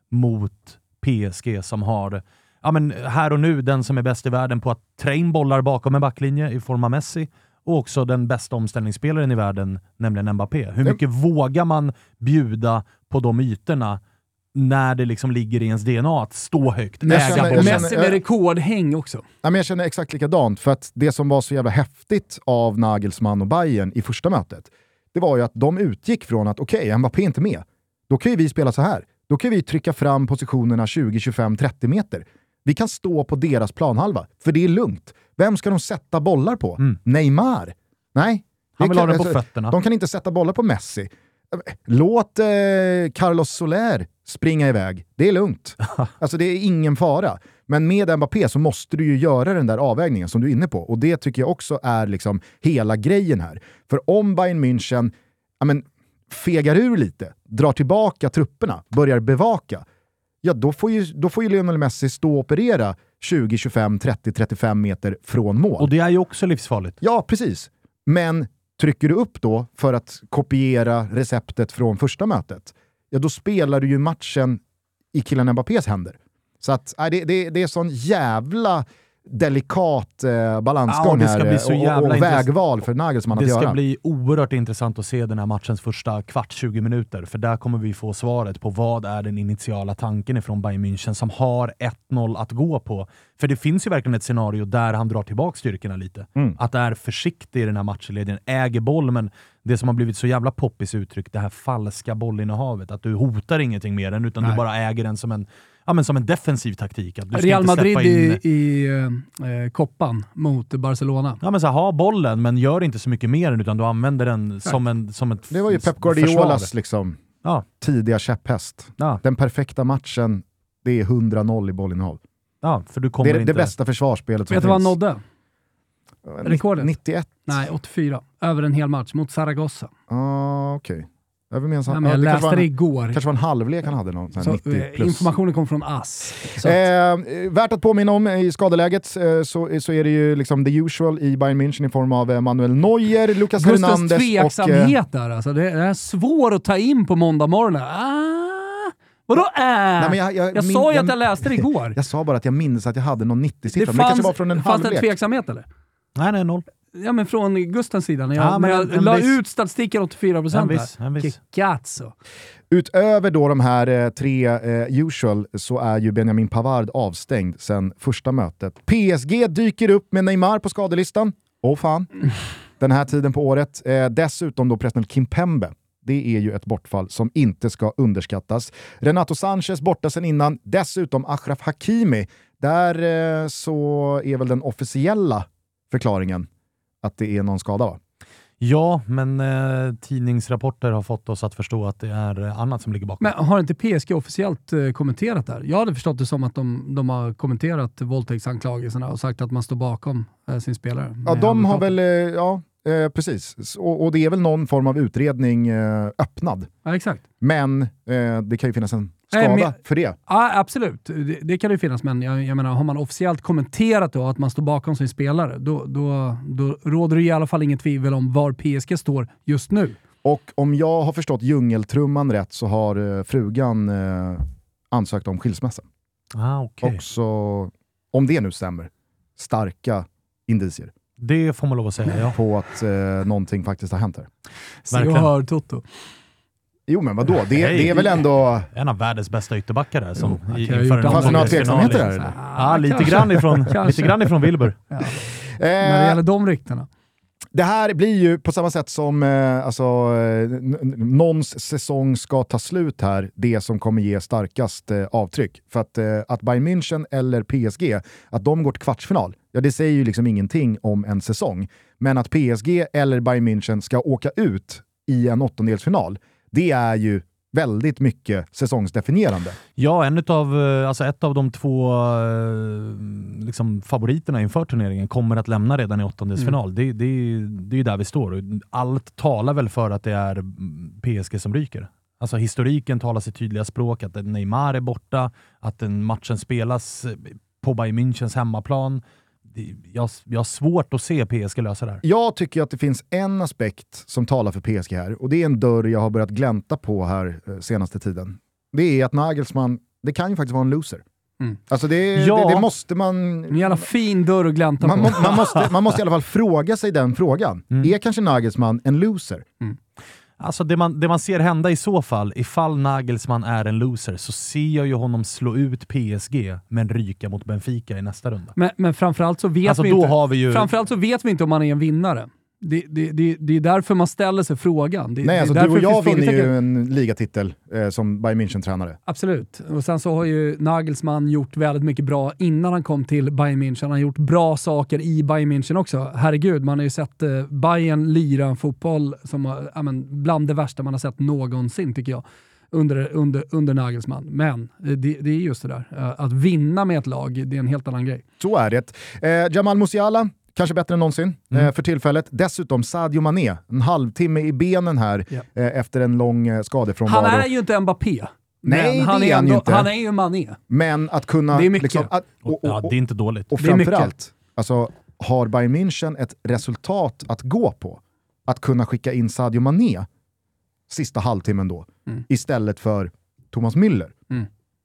mot P S G som har, ja men här och nu, den som är bäst i världen på att trä in bollar bakom en backlinje i form av Messi, och också den bästa omställningsspelaren i världen, nämligen Mbappé. Hur mycket mm. vågar man bjuda på de ytorna när det liksom ligger i ens D N A att stå högt, Jag äga känner- bollen? jag Messi med rekordhäng också. Ja, men jag känner exakt likadant, för att det som var så jävla häftigt av Nagelsmann och Bayern i första mötet, det var ju att de utgick från att okej, okay, Mbappé är inte med. Då kan ju vi spela så här. Då kan vi trycka fram positionerna tjugo, tjugofem, trettio meter. Vi kan stå på deras planhalva, för det är lugnt. Vem ska de sätta bollar på? Mm. Neymar? Nej. Han vill kan, ha den på alltså, fötterna. De kan inte sätta bollar på Messi. Låt eh, Carlos Soler springa iväg. Det är lugnt. Alltså det är ingen fara. Men med Mbappé så måste du ju göra den där avvägningen som du är inne på. Och det tycker jag också är liksom hela grejen här. För om Bayern München ja, men, fegar ur lite, drar tillbaka trupperna, börjar bevaka, ja då får ju, då får ju Lionel Messi stå och operera tjugo, tjugofem, trettio, trettiofem meter från mål. Och det är ju också livsfarligt. Ja, precis. Men trycker du upp då för att kopiera receptet från första mötet, ja då spelar du ju matchen i Kylian Mbappés händer. Så att nej, det, det, det är sån jävla delikat eh, balansgång ja, här och, och, och vägval för Nagelsmann att göra. Det ska göra. bli oerhört intressant att se den här matchens första kvart, tjugo minuter, för där kommer vi få svaret på vad är den initiala tanken ifrån Bayern München som har ett noll att gå på. För det finns ju verkligen ett scenario där han drar tillbaka styrkorna lite. Mm. Att det är försiktig i den här matchledningen, äger boll, men det som har blivit så jävla poppis uttryck, det här falska bollinnehavet, att du hotar ingenting mer än utan Nej. du bara äger den som en Ja, men som en defensiv taktik. Att du Real inte Madrid in... i, i eh, koppan mot Barcelona. Ja, men så här, ha bollen, men gör inte så mycket mer utan du använder den som, en, som ett Det var ju Pep Guardiolas liksom, ja. tidiga käpphäst. Ja. Den perfekta matchen, det är hundra noll i bollinnehav. Ja, för du kommer det är inte... det bästa försvarsspelet som Vet finns. Vet du vad han nådde? Rekordet? nittioett. Nej, åttiofyra. Över en hel match mot Zaragoza. Ah, okej. Okay. Jag, minns, ja, men jag ja, läste det, det en, igår. kanske var en halvlek han hade. Någon, så, nittio plus. Informationen kom från A S. Eh, värt att påminna om i skadeläget eh, så, så är det ju liksom the usual i Bayern München i form av Manuel Neuer, Lucas Hernandez och... tveksamhet där alltså. Det är svårt att ta in på måndag morgon. Ah, vadå äh? Nej, men jag jag, jag min, sa ju jag, att jag läste det igår. Jag sa bara att jag minns att jag hade någon nittio-siffra. Det, men det kanske var från en fanns halvlek. det en tveksamhet eller? Nej, nej, noll. Ja, men från Gustens sida. När jag, ja, men jag en, la en ut statistiken åttiofyra procent. Cazzo. Utöver då de här eh, tre eh, usual så är ju Benjamin Pavard avstängd sedan första mötet. P S G dyker upp med Neymar på skadelistan. Åh fan. Den här tiden på året. Eh, dessutom då president Kimpembe. Det är ju ett bortfall som inte ska underskattas. Renato Sanchez borta sedan innan. Dessutom Achraf Hakimi. Där eh, så är väl den officiella förklaringen att det är någon skada, va? Ja, men eh, tidningsrapporter har fått oss att förstå att det är annat som ligger bakom. Men har inte P S G officiellt eh, kommenterat där? Jag hade förstått det som att de, de har kommenterat våldtäktsanklagelserna och sagt att man står bakom eh, sin spelare. Ja, de har väl, eh, ja, eh, precis. Och, och det är väl någon form av utredning eh, öppnad. Ja, exakt. Men eh, det kan ju finnas en skada Nej, men, för det. Ja, absolut. Det, det kan det ju finnas, men jag, jag menar, har man officiellt kommenterat då att man står bakom sin spelare, då, då, då råder det i alla fall inget tvivel om var P S G står just nu. Och om jag har förstått djungeltrumman rätt så har eh, frugan eh, ansökt om skilsmässa. Ah, okay. Också, om det nu stämmer, starka indicier. Det får man lov att säga, ja. På att eh, någonting faktiskt har hänt här. Så jag hör Toto. Jo, men vadå? Det, Nej, det är väl ändå... En av världens bästa ytterbackar där. Som jo, i, fanns det några tveksamheter där? Eller? Ja, lite grann, ifrån, lite grann ifrån Wilbur. Ja. Eh, När det gäller de ryktena. Det här blir ju på samma sätt som eh, alltså, n- någons säsong ska ta slut här, det som kommer ge starkast eh, avtryck. För att, eh, att Bayern München eller P S G, att de går till kvartsfinal, ja det säger ju liksom ingenting om en säsong. Men att P S G eller Bayern München ska åka ut i en åttondelsfinal, det är ju väldigt mycket säsongsdefinierande. Ja, en utav, alltså ett av de två liksom, favoriterna inför turneringen kommer att lämna redan i åttondelsfinal. Mm. Det, det, det är ju där vi står. Allt talar väl för att det är P S G som ryker. Alltså historiken talar sitt tydliga språk, att Neymar är borta, att den matchen spelas på Bayern Münchens hemmaplan. Jag, jag har svårt att se P S G lösa det här. Jag tycker att det finns en aspekt som talar för P S G här, och det är en dörr jag har börjat glänta på här eh, senaste tiden. Det är att Nagelsmann, det kan ju faktiskt vara en loser. Mm. Alltså det, ja, det, det måste man... En jävla fin dörr att glänta man, på. Man, man, måste, man måste i alla fall fråga sig den frågan. Mm. Är kanske Nagelsmann en loser? Mm. Alltså det man, det man ser hända i så fall, ifall Nagelsmann är en loser, så ser jag ju honom slå ut P S G men ryka mot Benfica i nästa runda. Men, men framförallt så vet alltså vi då inte, har vi ju... framförallt så vet vi inte om han är en vinnare. Det, det, det, det är därför man ställer sig frågan. Det, Nej, alltså det är du och jag vinner ju en ligatitel eh, som Bayern München-tränare. Absolut. Och sen så har ju Nagelsmann gjort väldigt mycket bra innan han kom till Bayern München. Han har gjort bra saker i Bayern München också. Herregud, man har ju sett eh, Bayern lira en fotboll som har, ja, men, bland det värsta man har sett någonsin, tycker jag. Under, under, under Nagelsmann. Men det, det är just det där. Att vinna med ett lag, det är en helt annan grej. Så är det. Eh, Jamal Musiala, kanske bättre än någonsin mm. eh, för tillfället. Dessutom Sadio Mané, en halvtimme i benen här yeah. eh, efter en lång eh, skadefrånvaro. Han är ju inte Mbappé. Nej, Men han det är, är han ju ändå, inte. han är ju Mané. Men att kunna... Det är mycket. Liksom, att, och, och, Ja, det är inte dåligt. Och Det är mycket. framförallt, alltså, har Bayern München ett resultat att gå på? Att kunna skicka in Sadio Mané sista halvtimmen då, mm. istället för Thomas Müller. Mm.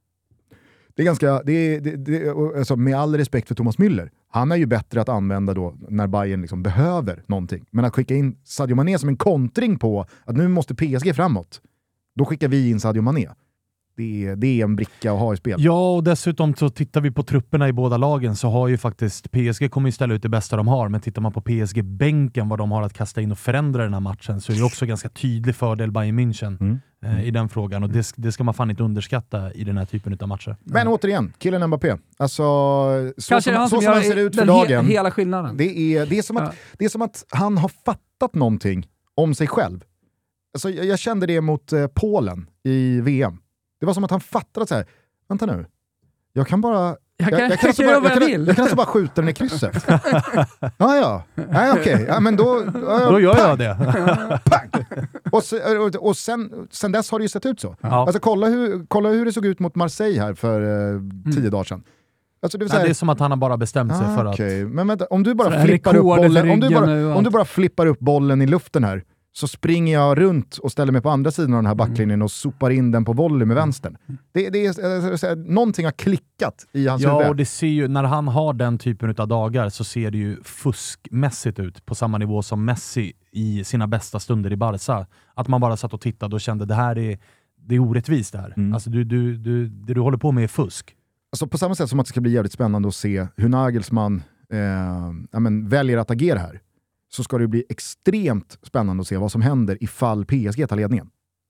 Det är ganska, det är, det, det, alltså, med all respekt för Thomas Müller, han är ju bättre att använda då när Bayern liksom behöver någonting. Men att skicka in Sadio Mané som en kontring på att nu måste P S G framåt, då skickar vi in Sadio Mané. Det är, det är en bricka att ha i spel. Ja, och dessutom så tittar vi på trupperna i båda lagen så har ju faktiskt P S G kommer ju ställa ut det bästa de har, men tittar man på P S G-bänken, vad de har att kasta in och förändra den här matchen, så är det också ganska tydlig fördel Bayern München mm. eh, i den frågan, och det, det ska man fan inte underskatta i den här typen av matcher. Men mm. återigen, killen Mbappé. Alltså, så Kanske som, han så som, som han ser ut för he- dagen. Hela skillnaden. Det är, det, är som att, ja. det är som att han har fattat någonting om sig själv. Alltså, jag, jag kände det mot eh, Polen i V M. Det var som att han fattade att så här, vänta nu, jag kan bara jag kan, jag, jag kan, alltså bara, jag, kan, jag, jag kan alltså bara skjuta den i krysset. ja, ja. Nej, okej. Okay. Ja, men då... Uh, då gör pang. jag det. Pang. Och, och, och sen, sen dess har det ju sett ut så. Ja. Alltså, kolla, hur, kolla hur det såg ut mot Marseille här för uh, tio mm. dagar sedan. Alltså, det, är ja, det är som att han har bara bestämt sig ah, för okay. att... Men vänta, om du bara flippar upp bollen, om du bara, om du bara flippar upp bollen i luften här, så springer jag runt och ställer mig på andra sidan av den här backlinjen och sopar in den på volley med vänstern. Det, det är, äh, någonting har klickat i hans huvud. Ja, och det ser ju, när han har den typen av dagar så ser det ju fuskmässigt ut på samma nivå som Messi i sina bästa stunder i Barca. Att man bara satt och tittade och kände det här är, det är orättvist det här. Mm. Alltså du, du, du, det du håller på med är fusk. Alltså på samma sätt som att det ska bli jävligt spännande att se hur Nagelsmann eh, ja, men, väljer att agera här, så ska det bli extremt spännande att se vad som händer ifall P S G tar ledningen.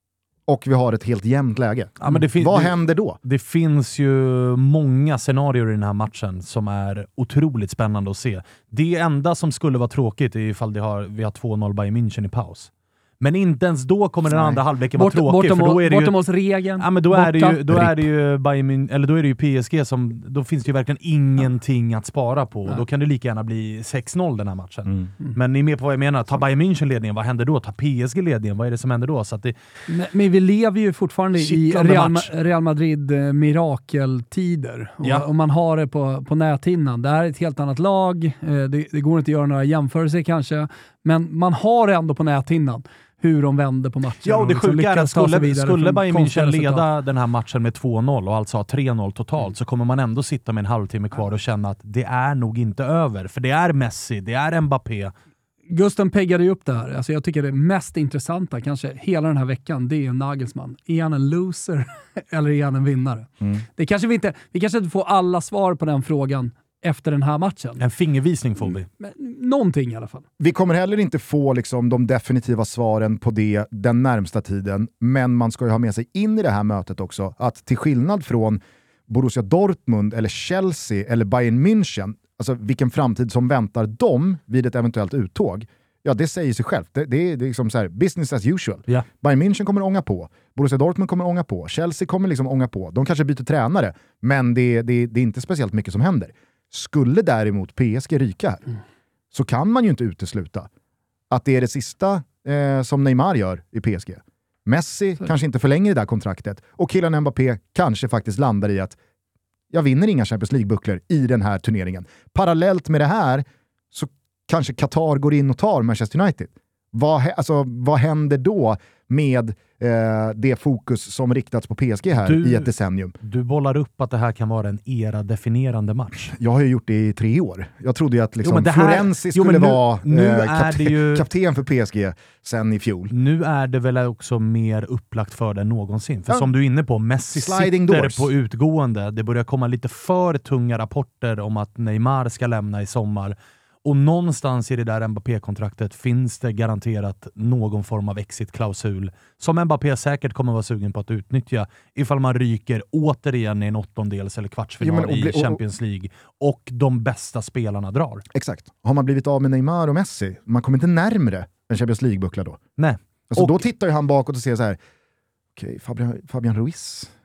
Och vi har ett helt jämnt läge. Ja, men det fin- vad det, händer då? Det finns ju många scenarier i den här matchen som är otroligt spännande att se. Det enda som skulle vara tråkigt är ifall det har, vi har två noll Bayern München i paus. Men inte ens då kommer den andra halvleken vara tråkig. Bortom, för då är det bortom ju, hos regeln. Ja, men då är det ju, då är det ju Bayern, eller då är det ju P S G som, då finns det ju verkligen ingenting ja. att spara på. Ja. Då kan det lika gärna bli sex noll den här matchen. Mm. Mm. Men ni är med på vad jag menar. Ta Bayern München ledningen, vad händer då? Ta P S G ledningen, vad är det som händer då? Så att det, men, men vi lever ju fortfarande i Real, Real Madrid eh, mirakeltider. Och, ja. och man har det på, på näthinnan. Det här är ett helt annat lag. Eh, det, det går inte att göra några jämförelser kanske. Men man har det ändå på näthinnan. Hur de vänder på matchen. Ja, och det sjuka är att skulle, skulle Bayern München leda den här matchen med två noll och alltså ha tre noll totalt, mm. så kommer man ändå sitta med en halvtimme kvar och känna att det är nog inte över. För det är Messi, det är Mbappé. Gusten peggade ju upp det här. Alltså jag tycker det mest intressanta kanske hela den här veckan, det är Nagelsmann. Är han en loser eller är han en vinnare? Mm. Det kanske vi, inte, vi kanske inte får alla svar på den frågan efter den här matchen. En fingervisning får vi. Men, någonting i alla fall. Vi kommer heller inte få liksom, de definitiva svaren på det den närmsta tiden, men man ska ju ha med sig in i det här mötet också att till skillnad från Borussia Dortmund eller Chelsea eller Bayern München, alltså vilken framtid som väntar dem vid ett eventuellt uttåg, ja det säger sig självt. Det, det, är, det är liksom så här, business as usual. Yeah. Bayern München kommer ånga på, Borussia Dortmund kommer ånga på, Chelsea kommer liksom ånga på. De kanske byter tränare, men det, det, det är inte speciellt mycket som händer. Skulle däremot P S G ryka här, mm. så kan man ju inte utesluta att det är det sista eh, som Neymar gör i P S G. Messi så. kanske inte förlänger det där kontraktet och killen Mbappé kanske faktiskt landar i att jag vinner inga Champions League-bucklor i den här turneringen. Parallellt med det här så kanske Qatar går in och tar Manchester United. Vad, alltså, vad händer då med eh, det fokus som riktats på P S G här du, i ett decennium? Du bollar upp att det här kan vara en era-definierande match. Jag har ju gjort det i tre år. Jag trodde ju att liksom, jo, här, Florenzi jo, skulle nu, vara nu eh, är kapten, det ju, kapten för P S G sen i fjol. Nu är det väl också mer upplagt för den någonsin. För ja. som du är inne på, Messi Sliding sitter doors. på utgående. Det börjar komma lite för tunga rapporter om att Neymar ska lämna i sommar. Och någonstans i det där Mbappé-kontraktet finns det garanterat någon form av exit-klausul som Mbappé säkert kommer vara sugen på att utnyttja ifall man ryker återigen i en åttondels eller kvartsfinal jo, bli, i Champions League och de bästa spelarna drar. Exakt. Har man blivit av med Neymar och Messi, man kommer inte närmre en Champions League-buckla då. Nej. Alltså och, då tittar ju han bakåt och ser så här: okej, okay, Fabian, Fabian Ruiz,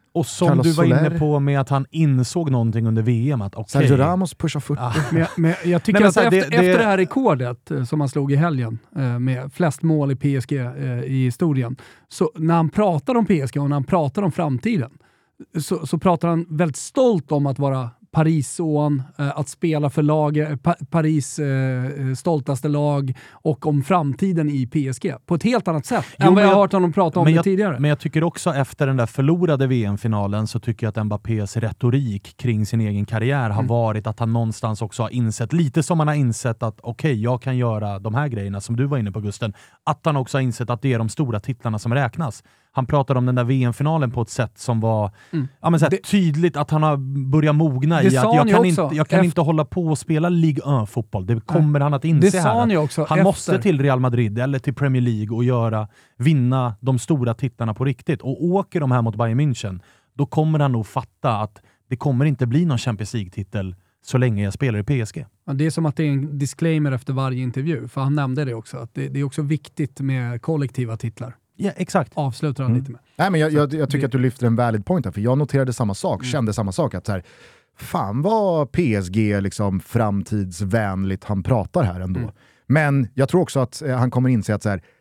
Och som Carlos du var Soler. inne på med att han insåg någonting under V M. Att okay, Sergio Ramos pushar fyrtio. Ah. Men, men jag tycker Nej, att så här, efter, det- det- efter det här rekordet eh, som han slog i helgen eh, med flest mål i P S G eh, i historien, så när han pratar om P S G och när han pratar om framtiden så, så pratar han väldigt stolt om att vara Paris-son, eh, att spela för lag, pa- Paris eh, stoltaste lag och om framtiden i P S G på ett helt annat sätt Jo, än vad men jag har jag- hört honom prata om men det jag, tidigare. Men jag tycker också efter den där förlorade V M-finalen så tycker jag att Mbappés retorik kring sin egen karriär har Mm. varit att han någonstans också har insett, lite som han har insett att okej, okay, jag kan göra de här grejerna som du var inne på, Gusten, att han också har insett att det är de stora titlarna som räknas. Han pratade om den där V M-finalen på ett sätt som var Mm. ja, men så här, Det- tydligt att han har börjat mogna Det i sa att han jag ju kan, också. inte, jag kan Efter- inte hålla på och spela Ligue ett-fotboll. Det kommer han att Det inse sa här. han ju att också Han efter. måste till Real Madrid eller till Premier League och göra, vinna de stora titlarna på riktigt. Och åker de här mot Bayern München, då kommer han nog fatta att det kommer inte bli någon Champions League-titel så länge jag spelar i P S G. Ja, det är som att det är en disclaimer efter varje intervju, för han nämnde det också, att det, det är också viktigt med kollektiva titlar. Ja, exakt. Avslutar han Mm. lite med. Nej, men jag, jag, jag tycker det- att du lyfter en valid point här, för jag noterade samma sak, Mm. kände samma sak, att så här, fan vad P S G liksom framtidsvänligt han pratar här ändå. Mm. Men jag tror också att eh, han kommer inse att så här,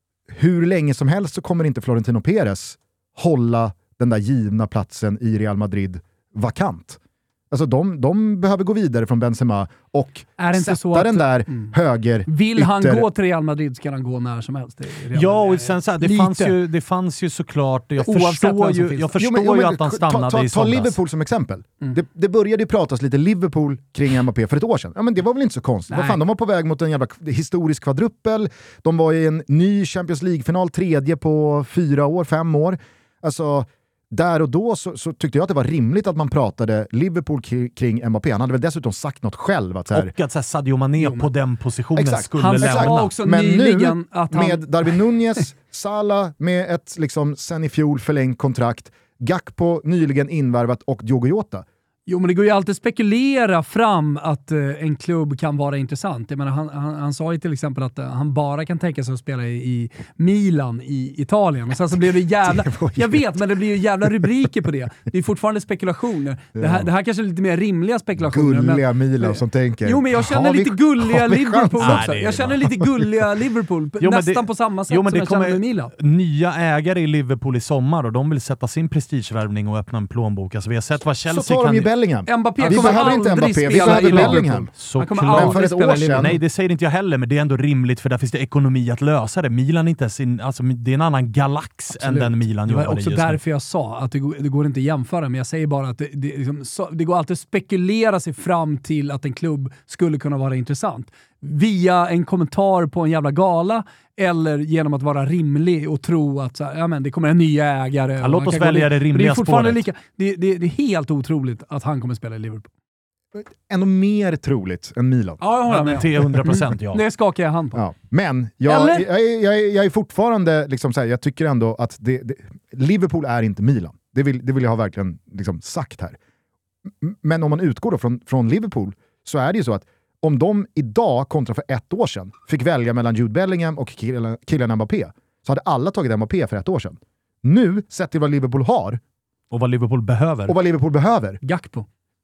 hur länge som helst så kommer inte Florentino Perez hålla den där givna platsen i Real Madrid vakant. Alltså de, de behöver gå vidare från Benzema och Är det inte sätta så att- den där Mm. höger Vill han ytter- gå till Real Madrid ska han gå när som helst. Det är redan- Ja, och sen så här, det, Lite. fanns ju, det fanns ju såklart, jag Oavsett förstår vem som ju, finns jag där. förstår Jo, men- jo, ju men att han ta- stannade ta, i ta somras. Liverpool som exempel. Mm. Det, det började ju pratas lite Liverpool kring Mbappé för ett år sedan. Ja, men det var väl inte så konstigt. Vad Nej. fan, de var på väg mot en jävla historisk kvadruppel. De var i en ny Champions League-final, tredje på fyra år, fem år. Alltså, där och då så, så tyckte jag att det var rimligt att man pratade Liverpool k- kring Mbappé. Han hade väl dessutom sagt något själv. Att så här, Och att så här, Sadio Mané Jo, men- på den positionen Exakt. skulle Han lämna. sa också Men nyligen nu, att han... med Darwin Nunez, Salah med ett liksom, sen i fjol förlängt kontrakt, Gakpo nyligen invärvat och Diogo Jota. Jo, men det går ju alltid spekulera fram att eh, en klubb kan vara intressant. Jag menar, han, han, han sa ju till exempel att eh, han bara kan tänka sig att spela i, i Milan i Italien. Och sen så blev det jävla... Det var ju- Jag vet, men det blir ju jävla rubriker på det. Det är fortfarande spekulationer. Det här, det här kanske är lite mer rimliga spekulationer. Gulliga men, Milan som tänker... Jo, men jag känner har vi- lite gulliga har vi Liverpool chans? också. Nej, det är Jag det känner bara. lite gulliga Liverpool. Jo, men nästan det- på samma sätt Jo, men som det jag känner kommer med Milan. nya ägare i Liverpool i sommar och de vill sätta sin prestigevärvning och öppna en plånbok. Alltså, vi har sett vad Chelsea Så tar kan... de ju Bellingham. Mbappé Vi kommer behöver inte aldrig Mbappé, vi spela behöver i Liverpool. Bellingham. Han kommer Såklart. Men för aldrig ett spela år i Liverpool. sedan- Nej, det säger inte jag heller, men det är ändå rimligt för där finns det ekonomi att lösa det. Milan är inte sin, alltså, det är en annan galax än Absolut. den Milan Det var jobbar i också just nu. därför jag sa att det går, det går inte att jämföra, men jag säger bara att det, det, liksom, så, det går alltid att spekulera sig fram till att en klubb skulle kunna vara intressant. Via en kommentar på en jävla gala eller genom att vara rimlig och tro att så här, ja, men det kommer en ny ägare. Ja, och låt han oss kan gå välja ner. det Men rimliga är fortfarande spåret. lika, det, det, det är helt otroligt att han kommer spela i Liverpool. Ändå mer troligt än Milan. Ja, jag håller Ja, med. men till hundra procent ja. Det skakar jag hand på. Ja. Men jag, Eller? jag, är- jag, är- jag är fortfarande, liksom så här, jag tycker ändå att det, det, Liverpool är inte Milan. Det vill, det vill jag ha verkligen liksom sagt här. M- Men om man utgår då från, från Liverpool så är det ju så att om de idag kontra för ett år sedan fick välja mellan Jude Bellingham och killen, killen Mbappé så hade alla tagit Mbappé för ett år sedan. Nu, sett till vad Liverpool har Och vad Liverpool behöver. och vad Liverpool behöver, Gakpo.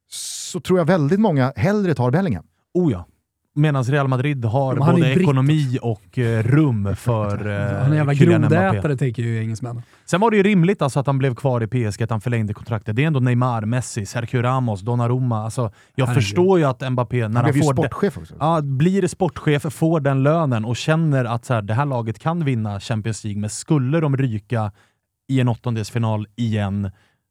så tror jag väldigt många hellre tar Bellingham. Oh ja. Medan Real Madrid har Men han är både britt ekonomi och eh, rum för Han är en eh, jävla Kylian Mbappé. grodätare, tänker ju engelsmännen. Sen var det ju rimligt alltså att han blev kvar i P S G, att han förlängde kontraktet. Det är ändå Neymar, Messi, Sergio Ramos, Donnarumma. Alltså, jag Herregud. förstår ju att Mbappé, när Han han, blev ju får de, sportchef också. ja, blir sportchef, får den lönen och känner att så här, det här laget kan vinna Champions League, men skulle de ryka i en åttondelsfinal igen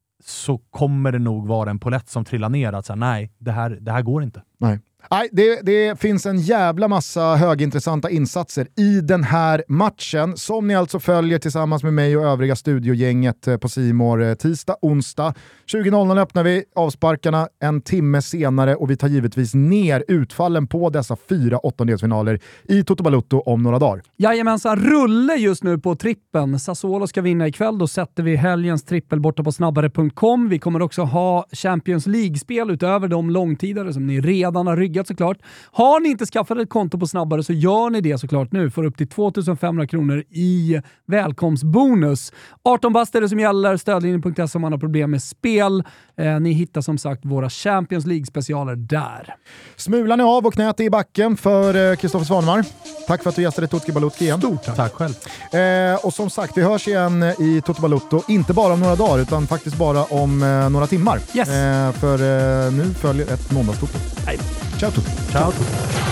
så kommer det nog vara en polett som trillar ner att så här, nej, det här, det här går inte. Nej. Nej, det, det finns en jävla massa högintressanta insatser i den här matchen som ni alltså följer tillsammans med mig och övriga studiogänget på C More tisdag, onsdag. tjugo noll noll öppnar vi avsparkarna en timme senare och vi tar givetvis ner utfallen på dessa fyra åttondelsfinaler i Toto Balotto om några dagar. Jajamensan, rulle just nu på trippen. Sassuolo ska vinna ikväll, då sätter vi helgens trippel borta på snabbare punkt com. Vi kommer också ha Champions League-spel utöver de långtidare som ni redan har ryggat triggat såklart. Har ni inte skaffat ett konto på Snabbare så gör ni det såklart nu för upp till tvåtusen femhundra kronor i välkomstbonus. arton bast är det som gäller, stödlinjen punkt se om man har problem med spel. Eh, ni hittar som sagt våra Champions League-specialer där. Smulan är av och knät är i backen för Kristoffer Svanemar. Tack för att du gästade Tutski Balutski igen. Stort tack. Tack själv. Eh, och som sagt, vi hörs igen i Toto Balutto. Inte bara om några dagar, utan faktiskt bara om eh, några timmar. Yes. Eh, för eh, nu följer ett måndagstoto. Ciao Toto. Ciao.